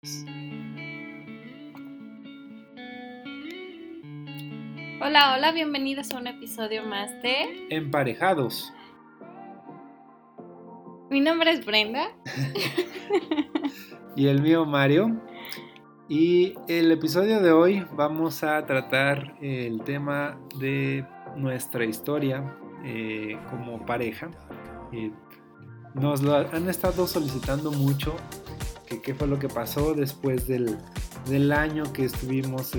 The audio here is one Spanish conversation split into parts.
Hola, hola, bienvenidos a un episodio más de Emparejados. Mi nombre es Brenda. Y el mío Mario. Y el episodio de hoy vamos a tratar el tema de nuestra historia como pareja. Nos lo han estado solicitando mucho, que qué fue lo que pasó después del año que estuvimos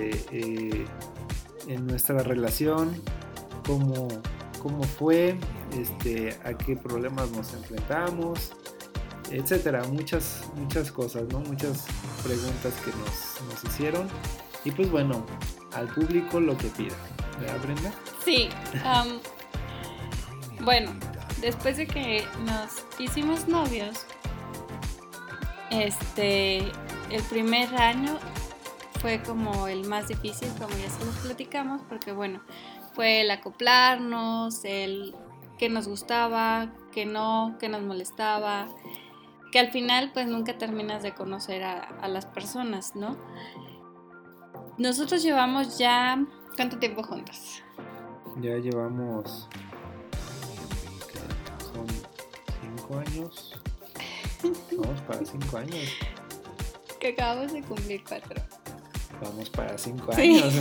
en nuestra relación, cómo fue, a qué problemas nos enfrentamos, etcétera, muchas cosas, ¿no? Muchas preguntas que nos hicieron. Y pues bueno, al público lo que pida, ¿verdad, Brenda? Sí, bueno, después de que nos hicimos novios, el primer año fue como el más difícil, como ya se los platicamos, porque bueno, fue el acoplarnos, el que nos gustaba, que no, que nos molestaba, que al final pues nunca terminas de conocer a las personas, ¿no? Nosotros llevamos ya, ¿cuánto tiempo juntos? Ya llevamos, son 5 años, vamos para 5 años. Que acabamos de cumplir 4. Vamos para 5 Sí. años.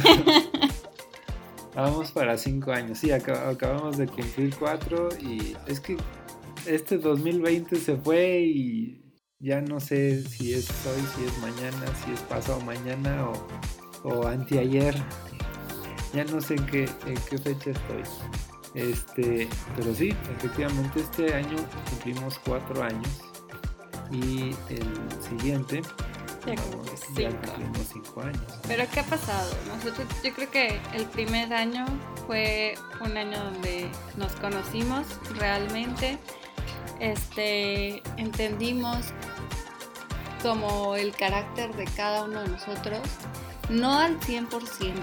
Vamos para 5 años, sí, acabamos de cumplir 4 y es que este 2020 se fue y ya no sé si es hoy, si es mañana, si es pasado mañana o anteayer. Ya no sé en qué fecha estoy. Pero sí, efectivamente este año cumplimos 4 años y el siguiente ya cumplimos 5 años. Pero ¿qué ha pasado? Yo creo que el primer año fue un año donde nos conocimos realmente, entendimos como el carácter de cada uno de nosotros, no al 100%,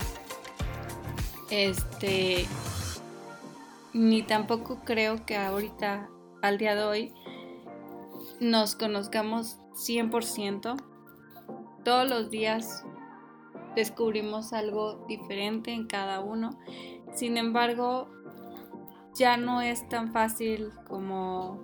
ni tampoco creo que ahorita, al día de hoy, nos conozcamos 100%. Todos los días descubrimos algo diferente en cada uno. Sin embargo, ya no es tan fácil como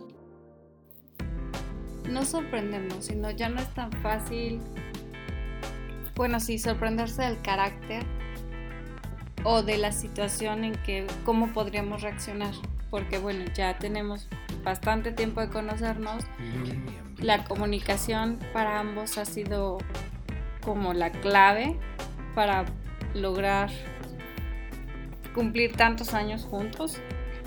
no sorprendernos, sino ya no es tan fácil, bueno, sí, sorprenderse del carácter o de la situación en que cómo podríamos reaccionar, porque bueno, ya tenemos bastante tiempo de conocernos. La comunicación para ambos ha sido como la clave para lograr cumplir tantos años juntos.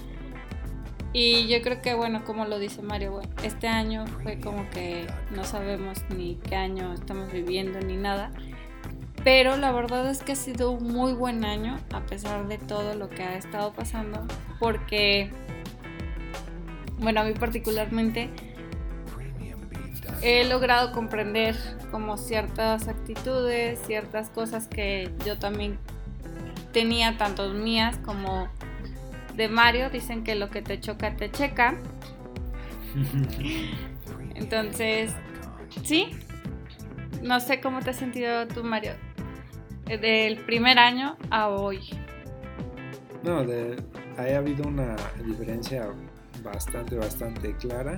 Y yo creo que, bueno, como lo dice Mario, bueno, este año fue como que no sabemos ni qué año estamos viviendo ni nada, pero la verdad es que ha sido un muy buen año a pesar de todo lo que ha estado pasando, porque, bueno, a mí particularmente he logrado comprender como ciertas actitudes, ciertas cosas que yo también tenía, tanto mías como de Mario. Dicen que lo que te choca te checa. Entonces, sí, no sé cómo te has sentido tú, Mario, del primer año a hoy. No, ha habido una diferencia bastante clara.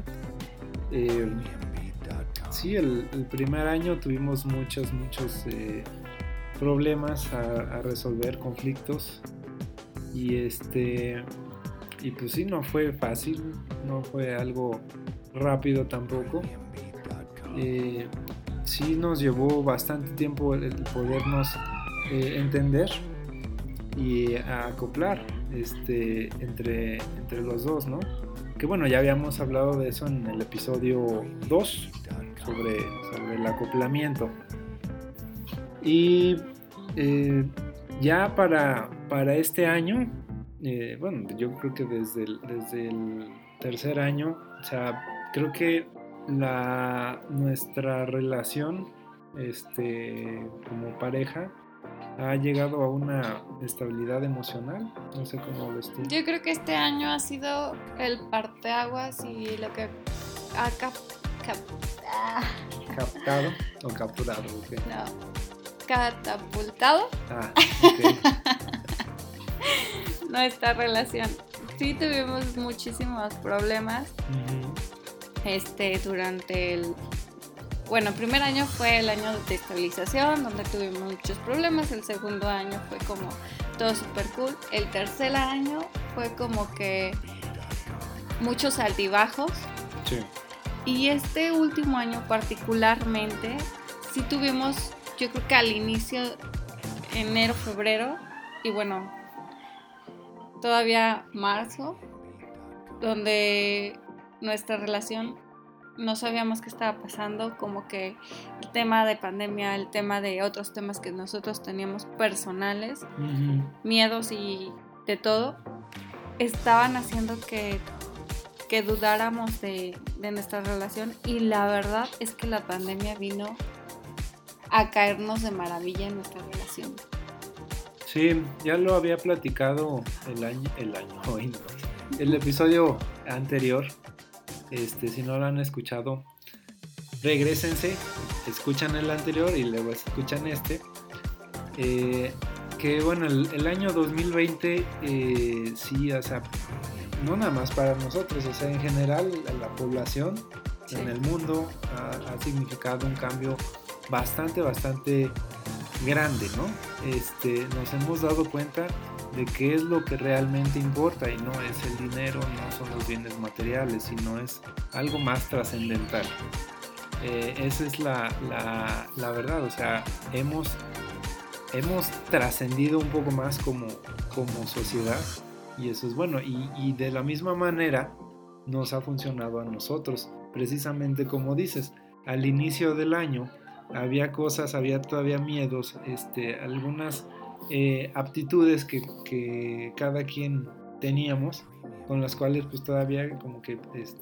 Sí, el primer año tuvimos muchos problemas a resolver, conflictos, y pues sí, no fue fácil, no fue algo rápido tampoco. Sí nos llevó bastante tiempo el podernos entender y a acoplar entre los dos, ¿no? Que bueno, ya habíamos hablado de eso en el episodio 2 sobre el acoplamiento. Y ya para este año, bueno, yo creo que desde el tercer año, o sea, creo que nuestra relación como pareja ha llegado a una estabilidad emocional. No sé cómo ves tú. Yo creo que este año ha sido el parteaguas y lo que ha captado o capturado, ¿ok? No, catapultado Ok. nuestra relación. Sí tuvimos muchísimos problemas durante el primer año fue el año de estabilización, donde tuvimos muchos problemas. El segundo año fue como todo super cool. El tercer año fue como que muchos altibajos. Sí. Y este último año particularmente, sí tuvimos, yo creo que al inicio, enero, febrero, y bueno, todavía marzo, donde nuestra relación no sabíamos qué estaba pasando, como que el tema de pandemia, el tema de otros temas que nosotros teníamos personales, miedos y de todo, estaban haciendo que dudáramos de nuestra relación, y la verdad es que la pandemia vino a caernos de maravilla en nuestra relación. Sí, ya lo había platicado el episodio anterior. Si no lo han escuchado, regrésense, escuchan el anterior y luego escuchan este. Que bueno, el año 2020 sí, o sea, no nada más para nosotros, o sea, en general la población en el mundo ha significado un cambio bastante grande, ¿no? Nos hemos dado cuenta de qué es lo que realmente importa, y no es el dinero, no son los bienes materiales, sino es algo más trascendental. Esa es la verdad, o sea, hemos trascendido un poco más como sociedad, y eso es bueno, y de la misma manera nos ha funcionado a nosotros, precisamente como dices, al inicio del año había todavía miedos, algunas aptitudes que cada quien teníamos, con las cuales pues todavía como que pues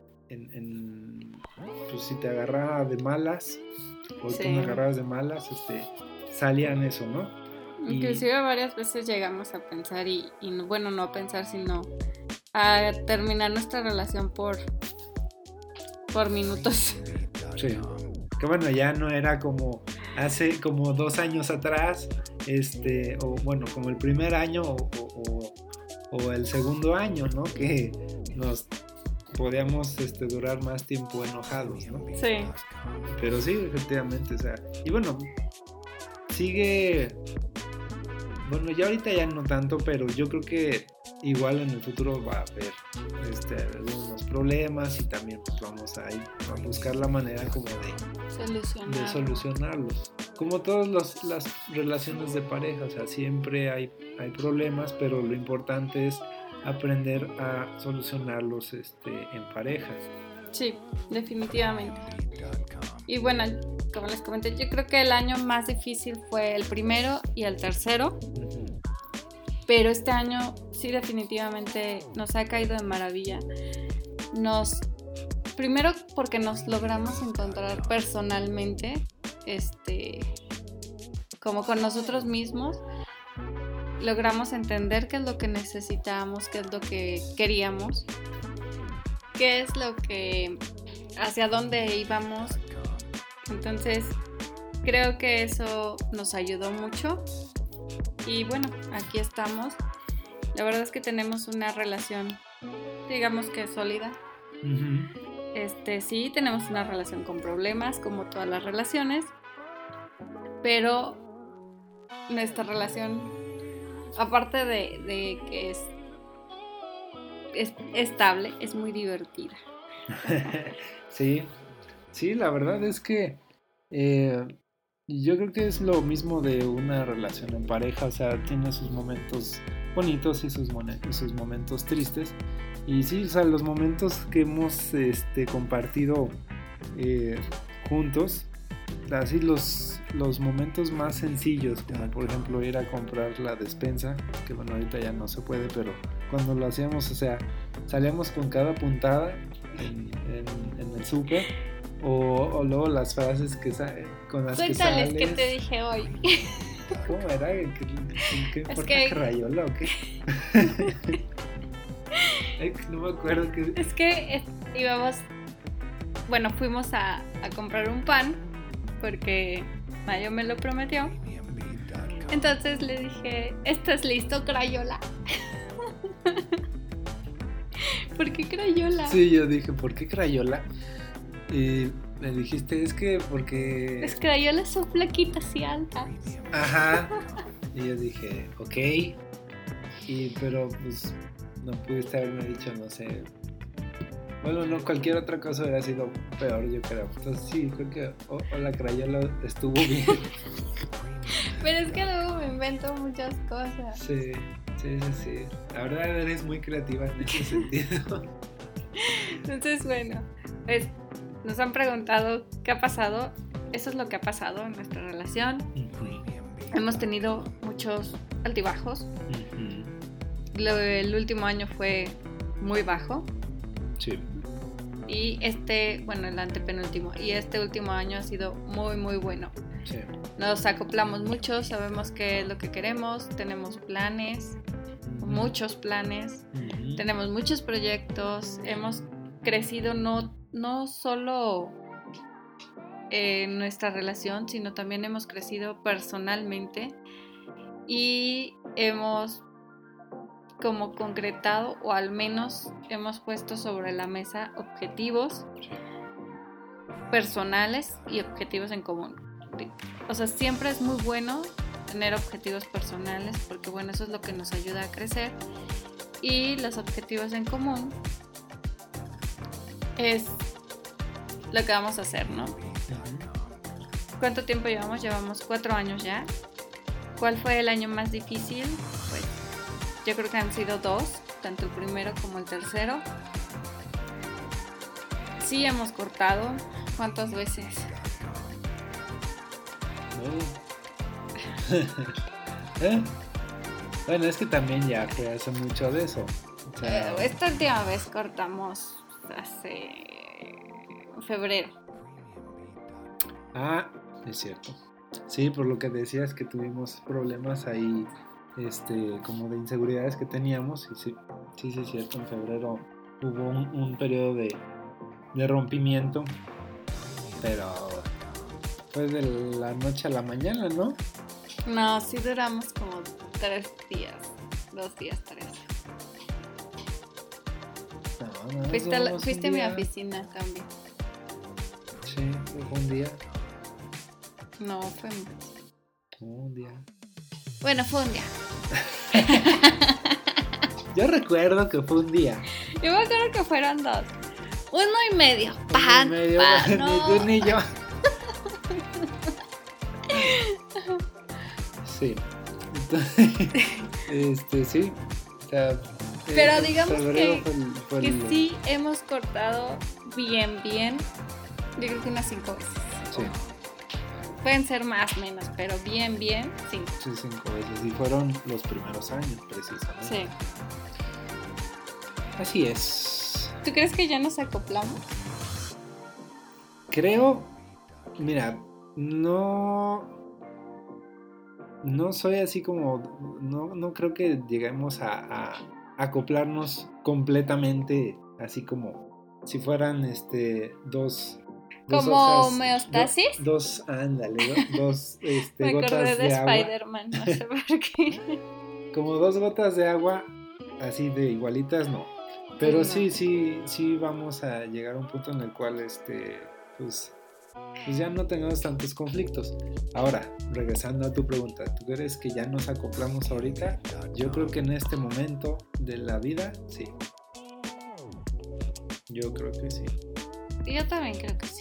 si te agarraba de malas o tú me agarrabas de malas, salían eso, ¿no? Inclusive varias veces llegamos a pensar y bueno, no a pensar, sino a terminar nuestra relación por minutos. Sí. Que bueno, ya no era como hace como 2 años atrás, o bueno, como el primer año o el segundo año, ¿no? Que nos podíamos durar más tiempo enojados, ¿no? Sí. Pero sí, efectivamente, o sea, y bueno, sigue, bueno, ya ahorita ya no tanto, pero yo creo que igual en el futuro va a haber algunos problemas, y también pues vamos a ir a buscar la manera como de solucionarlos. Como todas las relaciones de pareja, o sea, siempre hay problemas, pero lo importante es aprender a solucionarlos en pareja. Sí, definitivamente. Y bueno, como les comenté, yo creo que el año más difícil fue el primero y el tercero. Pero este año sí definitivamente nos ha caído de maravilla. Primero porque nos logramos encontrar personalmente, como con nosotros mismos. Logramos entender qué es lo que necesitábamos, qué es lo que queríamos, qué es lo que, hacia dónde íbamos. Entonces creo que eso nos ayudó mucho. Y bueno, aquí estamos. La verdad es que tenemos una relación, digamos que sólida. Sí, tenemos una relación con problemas, como todas las relaciones. Pero nuestra relación, aparte de que es estable, es muy divertida. Sí, la verdad es que yo creo que es lo mismo de una relación en pareja, o sea, tiene sus momentos bonitos y sus momentos tristes. Y sí, o sea, los momentos que hemos compartido juntos, así los momentos más sencillos, como por ejemplo ir a comprar la despensa, que bueno, ahorita ya no se puede, pero cuando lo hacíamos, o sea, salíamos con cada puntada en el súper. O luego las frases con las que sales. Cuéntales qué te dije hoy. ¿Cómo era? ¿Qué importa que rayola o qué? No me acuerdo qué. Es que íbamos bueno, fuimos a comprar un pan porque Mayo me lo prometió. Entonces le dije, ¿estás listo, Crayola? ¿Por qué Crayola? Sí, yo dije, ¿por qué Crayola? Y me dijiste, es que porque... Las Crayolas son flaquitas y altas. Ajá. Y yo dije, ok. Pero pues no pudiste haberme dicho, no sé. Bueno, no, cualquier otra cosa hubiera sido peor, yo creo. Entonces sí, creo que la Crayola estuvo bien. Pero es que luego me invento muchas cosas. Sí. La verdad eres muy creativa en ese sentido. Entonces, bueno, pues nos han preguntado qué ha pasado. Eso es lo que ha pasado en nuestra relación. Hemos tenido muchos altibajos. El último año fue muy bajo. Sí. Y el antepenúltimo. Y este último año ha sido muy, muy bueno. Sí. Nos acoplamos mucho, sabemos qué es lo que queremos, tenemos planes, muchos planes, tenemos muchos proyectos, hemos crecido no solo en nuestra relación, sino también hemos crecido personalmente y hemos como concretado o al menos hemos puesto sobre la mesa objetivos personales y objetivos en común. O sea, siempre es muy bueno tener objetivos personales porque, bueno, eso es lo que nos ayuda a crecer. Y los objetivos en común es lo que vamos a hacer, ¿no? ¿Cuánto tiempo llevamos? Llevamos 4 años ya. ¿Cuál fue el año más difícil? Pues yo creo que han sido 2, tanto el primero como el tercero. Sí hemos cortado. ¿Cuántas veces? Bueno, es que también ya fue hace mucho de eso. O sea, esta última vez cortamos hace febrero. Ah, es cierto. Sí, por lo que decías que tuvimos problemas ahí, como de inseguridades que teníamos. Y sí, es cierto. En febrero hubo un periodo de rompimiento, pero fue de la noche a la mañana, ¿no? No, sí duramos como 3 días, 2 días, 3. No, fuiste a mi oficina también. Sí, fue un día. No, fue un día. Bueno, fue un día. Yo recuerdo que fue un día. Yo me acuerdo que fueron 2. 1.5. Pan, no. Ni tú ni yo. Sí. Entonces, sí. O sea, pero digamos que sí hemos cortado bien. Yo creo que unas 5 veces. Sí. Pueden ser más, menos, pero bien, 5. Sí, 5 veces. Y fueron los primeros años, precisamente. Sí. Así es. ¿Tú crees que ya nos acoplamos? Creo, mira, no soy así como, no creo que lleguemos a acoplarnos completamente, así como si fueran dos como hojas, homeostasis. Ándale, dos me gotas acordé de agua. Spider-Man, no sé por qué. Como 2 gotas de agua, así de igualitas, no. Pero no. sí vamos a llegar a un punto en el cual pues ya no tengamos tantos conflictos. Ahora, regresando a tu pregunta, ¿tú crees que ya nos acoplamos ahorita? Yo creo que en este momento de la vida, sí. Yo creo que sí. Yo también creo que sí.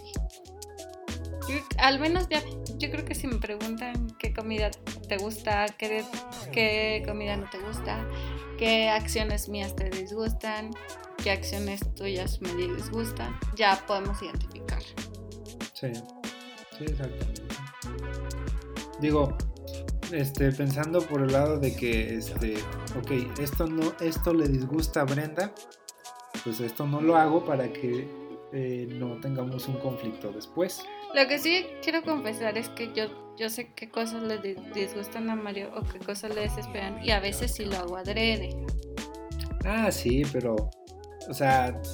Al menos ya, yo creo que si me preguntan qué comida te gusta, qué comida no te gusta, qué acciones mías te disgustan, qué acciones tuyas me disgustan, ya podemos identificar. Sí, exactamente. Digo, pensando por el lado de que, ok, esto le disgusta a Brenda, pues esto no lo hago para que no tengamos un conflicto después. Lo que sí quiero confesar es que yo sé qué cosas le disgustan a Mario o qué cosas le desesperan y a veces sí lo hago adrede. Ah, sí, pero, o sea,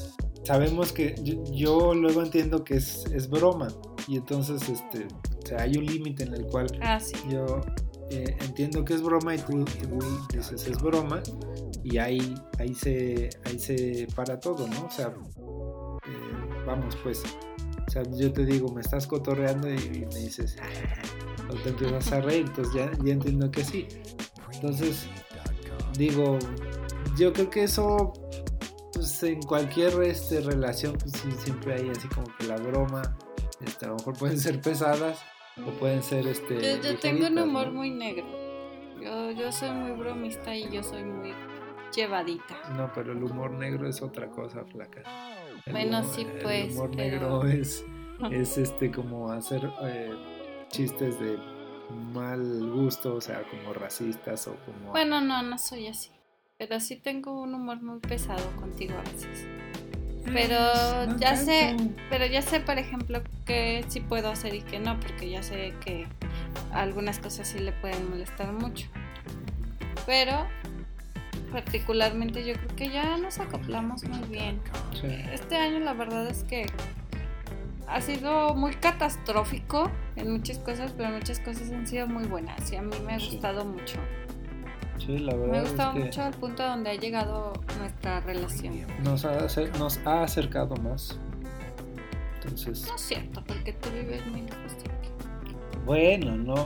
sabemos que yo luego entiendo que es broma y entonces o sea, hay un límite en el cual sí. yo entiendo que es broma y tú dices es broma y ahí se para todo, ¿no? O sea, vamos pues, o sea, yo te digo, me estás cotorreando y me dices, o te empiezas a reír, entonces ya entiendo que sí. Entonces, digo, yo creo que eso, pues en cualquier relación, pues sí, siempre hay así como que la broma, a lo mejor pueden ser pesadas o pueden ser Yo tengo un humor, ¿no? muy negro. Yo soy muy bromista y yo soy muy llevadita. No, pero el humor negro es otra cosa, flaca. Bueno, sí, pues. El humor pero... negro es como hacer chistes de mal gusto, o sea, como racistas o como... Bueno, no soy así. Pero sí tengo un humor muy pesado contigo a veces. Pero no ya tanto. sé, por ejemplo, que sí puedo hacer y que no, porque ya sé que algunas cosas sí le pueden molestar mucho. Pero particularmente yo creo que ya nos acoplamos muy bien. Sí. Este año la verdad es que ha sido muy catastrófico en muchas cosas, pero muchas cosas han sido muy buenas y a mí me ha gustado mucho. Sí, la verdad Me ha gustado es que mucho al punto donde ha llegado nuestra relación. nos ha acercado más. Entonces, No es cierto, porque tú vives muy lejos de aquí. bueno, no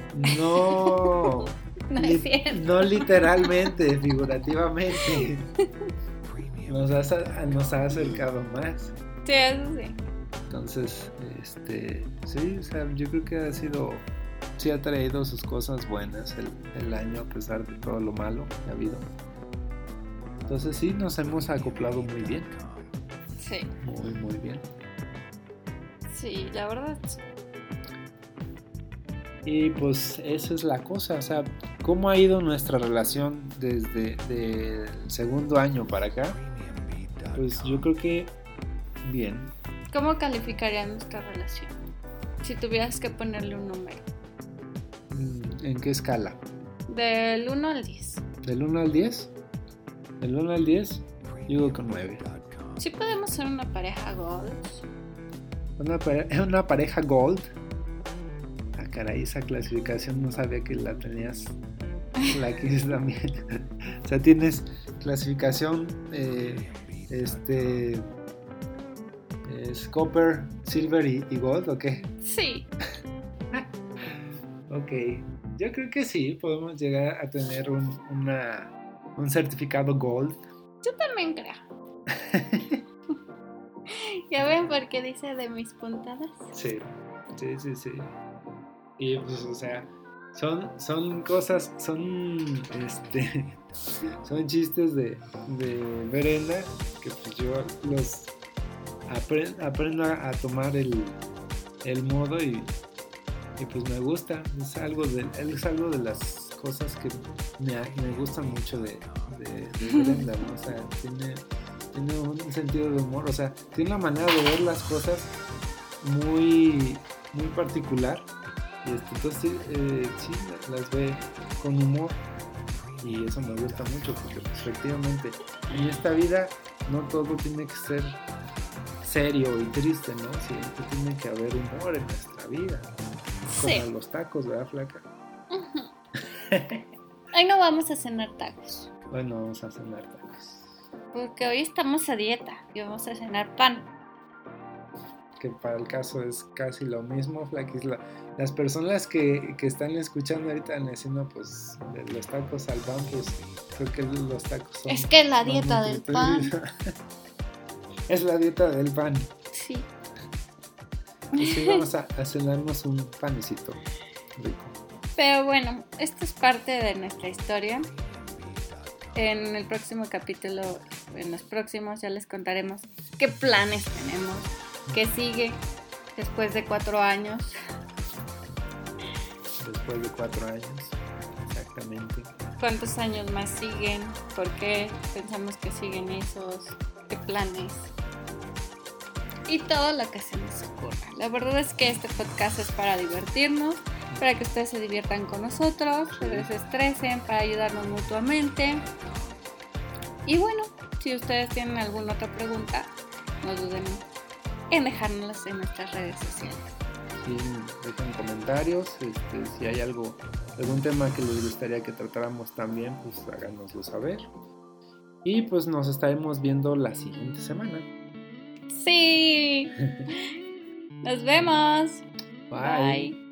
No es cierto. no literalmente, figurativamente. Nos ha acercado más. Sí, eso sí. Entonces, sí, o sea, yo creo que sí ha traído sus cosas buenas el año, a pesar de todo lo malo que ha habido. Entonces sí, nos hemos acoplado muy bien. Sí. Muy, muy bien. Sí, la verdad. Y pues esa es la cosa, o sea, ¿cómo ha ido nuestra relación desde el segundo año para acá? Pues yo creo que bien. ¿Cómo calificarías nuestra relación? Si tuvieras que ponerle un número. ¿En qué escala? Del 1 al 10. ¿Del 1 al 10? Del 1 al 10, yo digo con 9. Sí podemos ser una pareja gold. Una pareja gold. Ah, caray, esa clasificación no sabía que la tenías. La que es también. O sea, tienes clasificación es copper, silver y gold, ¿o qué? Sí. Ok, yo creo que sí, podemos llegar a tener un certificado gold. Yo también creo. ¿Ya ven por qué dice de mis puntadas? Sí. Y pues, o sea, son cosas, son chistes de Brenda que pues yo los aprendo a tomar el modo y pues me gusta. Es algo de las cosas que me gustan mucho de Brenda, ¿no? O sea, tiene un sentido de humor, o sea, tiene una manera de ver las cosas muy, muy particular. Y entonces sí, las ve con humor y eso me gusta mucho porque pues, efectivamente en esta vida no todo tiene que ser serio y triste, ¿no? Siempre tiene que haber humor en nuestra vida, Sí. como los tacos, ¿verdad, flaca? Hoy no vamos a cenar tacos. Bueno, vamos a cenar tacos. Porque hoy estamos a dieta y vamos a cenar pan. Que para el caso es casi lo mismo, flaquis. Las personas que están escuchando ahorita en la escena, pues de los tacos al pan, pues creo que los tacos son... Es que la dieta del pan. Es la dieta del pan. Sí. Pues sí, vamos a cenarnos un panecito rico. Pero bueno, esto es parte de nuestra historia. En el próximo capítulo, en los próximos, ya les contaremos qué planes tenemos, qué sigue después de 4 años. Después de 4 años, exactamente. ¿Cuántos años más siguen? ¿Por qué pensamos que siguen esos? ¿Qué planes? Y todo lo que se nos ocurra. La verdad es que este podcast es para divertirnos, para que ustedes se diviertan con nosotros, se desestresen, para ayudarnos mutuamente. Y bueno, si ustedes tienen alguna otra pregunta, no duden en dejárnoslas en nuestras redes sociales. Sí, dejen comentarios, si hay algún tema que les gustaría que tratáramos también, pues háganoslo saber. Y pues nos estaremos viendo la siguiente semana. Sí. Nos vemos. Bye. Bye.